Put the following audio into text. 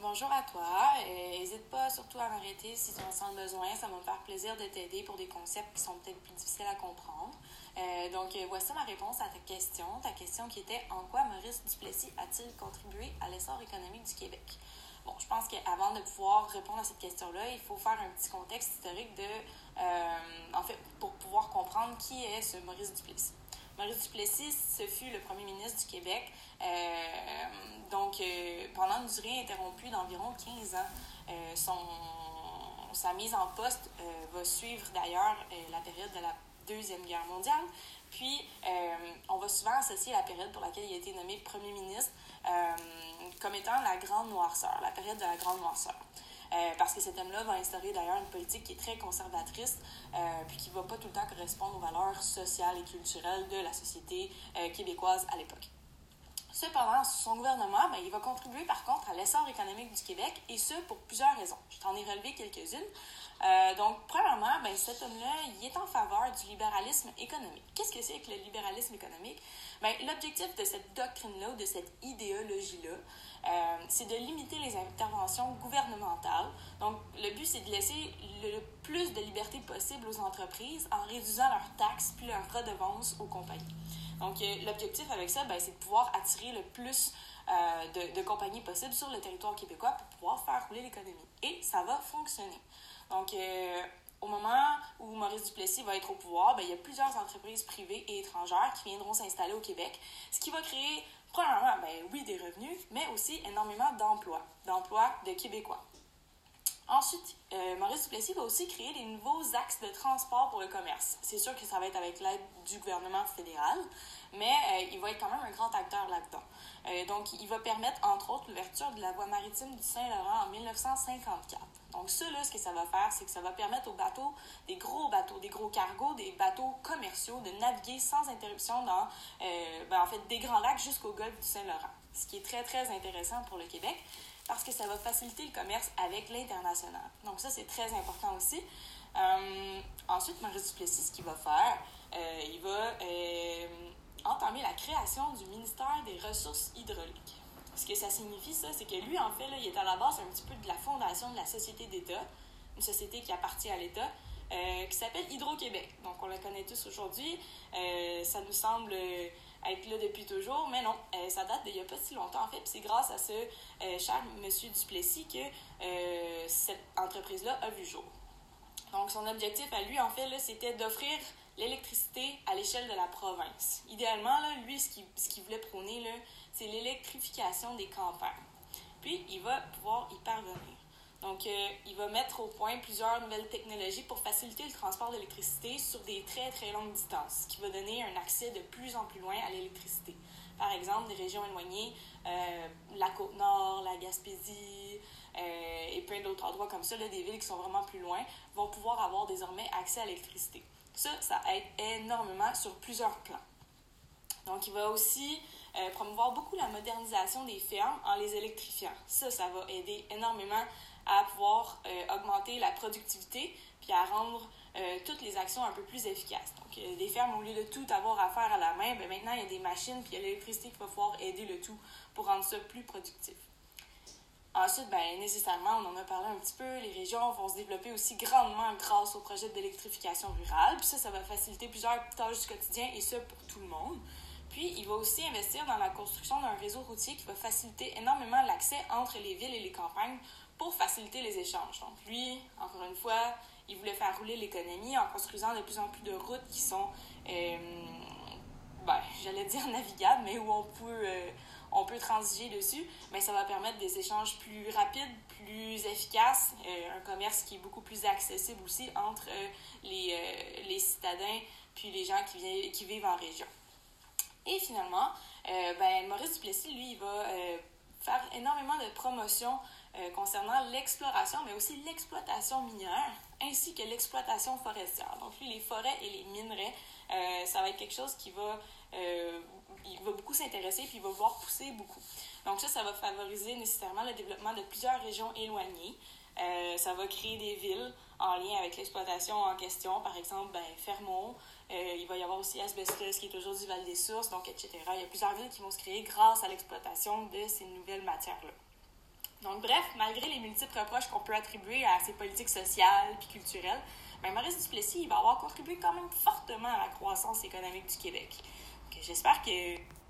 bonjour à toi. N'hésite pas surtout à m'arrêter si tu en sens le besoin. Ça va me faire plaisir de t'aider pour des concepts qui sont peut-être plus difficiles à comprendre. Voici ma réponse à ta question. Ta question qui était « En quoi Maurice Duplessis a-t-il contribué à l'essor économique du Québec? » Bon, je pense qu'avant de pouvoir répondre à cette question-là, il faut faire un petit contexte historique pour pouvoir comprendre qui est ce Maurice Duplessis. Maurice Duplessis, ce fut le premier ministre du Québec, pendant une durée interrompue d'environ 15 ans. Sa mise en poste va suivre d'ailleurs la période de la Deuxième Guerre mondiale. Puis, on va souvent associer la période pour laquelle il a été nommé premier ministre comme étant la Grande Noirceur, la période de la Grande Noirceur. Parce que cet homme-là va instaurer d'ailleurs une politique qui est très conservatrice, puis qui ne va pas tout le temps correspondre aux valeurs sociales et culturelles de la société québécoise à l'époque. Cependant, sous son gouvernement, il va contribuer par contre à l'essor économique du Québec, et ce pour plusieurs raisons. Je t'en ai relevé quelques-unes. Premièrement, cet homme-là, il est en faveur du libéralisme économique. Qu'est-ce que c'est que le libéralisme économique? L'objectif de cette doctrine-là, ou de cette idéologie-là, c'est de limiter les interventions gouvernementales. Donc, le but, c'est de laisser le plus de liberté possible aux entreprises en réduisant leurs taxes puis leurs redevances aux compagnies. Donc, l'objectif avec ça, c'est de pouvoir attirer le plus de compagnies possible sur le territoire québécois pour pouvoir faire rouler l'économie. Et ça va fonctionner. Donc, au moment où Maurice Duplessis va être au pouvoir, il y a plusieurs entreprises privées et étrangères qui viendront s'installer au Québec, ce qui va créer, premièrement, des revenus, mais aussi énormément d'emplois de Québécois. Ensuite, Maurice Duplessis va aussi créer des nouveaux axes de transport pour le commerce. C'est sûr que ça va être avec l'aide du gouvernement fédéral, mais il va être quand même un grand acteur là-dedans. Donc, il va permettre, entre autres, l'ouverture de la voie maritime du Saint-Laurent en 1954. Donc, ça, là, ce que ça va faire, c'est que ça va permettre aux bateaux, des gros cargos, des bateaux commerciaux, de naviguer sans interruption dans, des grands lacs jusqu'au golfe du Saint-Laurent. Ce qui est très, très intéressant pour le Québec, parce que ça va faciliter le commerce avec l'international. Donc ça, c'est très important aussi. Ensuite, Maurice Duplessis, ce qu'il va faire, il va entamer la création du ministère des Ressources hydrauliques. Ce que ça signifie, ça, c'est que lui, en fait, là, il est à la base un petit peu de la fondation de la Société d'État, une société qui appartient à l'État, qui s'appelle Hydro-Québec. Donc, on la connaît tous aujourd'hui. Ça nous semble être là depuis toujours, mais non, ça date d'il n'y a pas si longtemps, en fait. Puis c'est grâce à ce cher monsieur Duplessis que cette entreprise-là a vu jour. Donc, son objectif à lui, en fait, là, c'était d'offrir l'électricité à l'échelle de la province. Idéalement, là, lui, ce qu'il voulait prôner, là, c'est l'électrification des campagnes. Puis, il va pouvoir y parvenir. Donc, il va mettre au point plusieurs nouvelles technologies pour faciliter le transport d'électricité sur des très, très longues distances, ce qui va donner un accès de plus en plus loin à l'électricité. Par exemple, des régions éloignées, la Côte-Nord, la Gaspésie et plein d'autres endroits comme ça, là, des villes qui sont vraiment plus loin, vont pouvoir avoir désormais accès à l'électricité. Ça aide énormément sur plusieurs plans. Donc, il va aussi promouvoir beaucoup la modernisation des fermes en les électrifiant. Ça va aider énormément à pouvoir augmenter la productivité puis à rendre toutes les actions un peu plus efficaces. Donc, des fermes, au lieu de tout avoir à faire à la main, maintenant, il y a des machines puis il y a l'électricité qui va pouvoir aider le tout pour rendre ça plus productif. Ensuite, nécessairement, on en a parlé un petit peu, les régions vont se développer aussi grandement grâce au projet d'électrification rurale. Puis ça va faciliter plusieurs tâches du quotidien et ça pour tout le monde. Puis, il va aussi investir dans la construction d'un réseau routier qui va faciliter énormément l'accès entre les villes et les campagnes pour faciliter les échanges. Donc, lui, encore une fois, il voulait faire rouler l'économie en construisant de plus en plus de routes qui sont, j'allais dire navigables, mais où on peut transiger dessus. Mais ça va permettre des échanges plus rapides, plus efficaces, un commerce qui est beaucoup plus accessible aussi entre les citadins puis les gens qui vivent en région. Et finalement, Maurice Duplessis, lui, il va faire énormément de promotions concernant l'exploration, mais aussi l'exploitation minière, ainsi que l'exploitation forestière. Donc, lui, les forêts et les minerais, ça va être quelque chose il va beaucoup s'intéresser, puis il va vouloir pousser beaucoup. Donc ça va favoriser nécessairement le développement de plusieurs régions éloignées. Ça va créer des villes en lien avec l'exploitation en question, par exemple, Fermont. Il va y avoir aussi Asbestos, qui est aujourd'hui Val-des-Sources, donc etc. Il y a plusieurs villes qui vont se créer grâce à l'exploitation de ces nouvelles matières-là. Donc, bref, malgré les multiples reproches qu'on peut attribuer à ses politiques sociales et culturelles, ben Maurice Duplessis il va avoir contribué quand même fortement à la croissance économique du Québec. Donc, j'espère que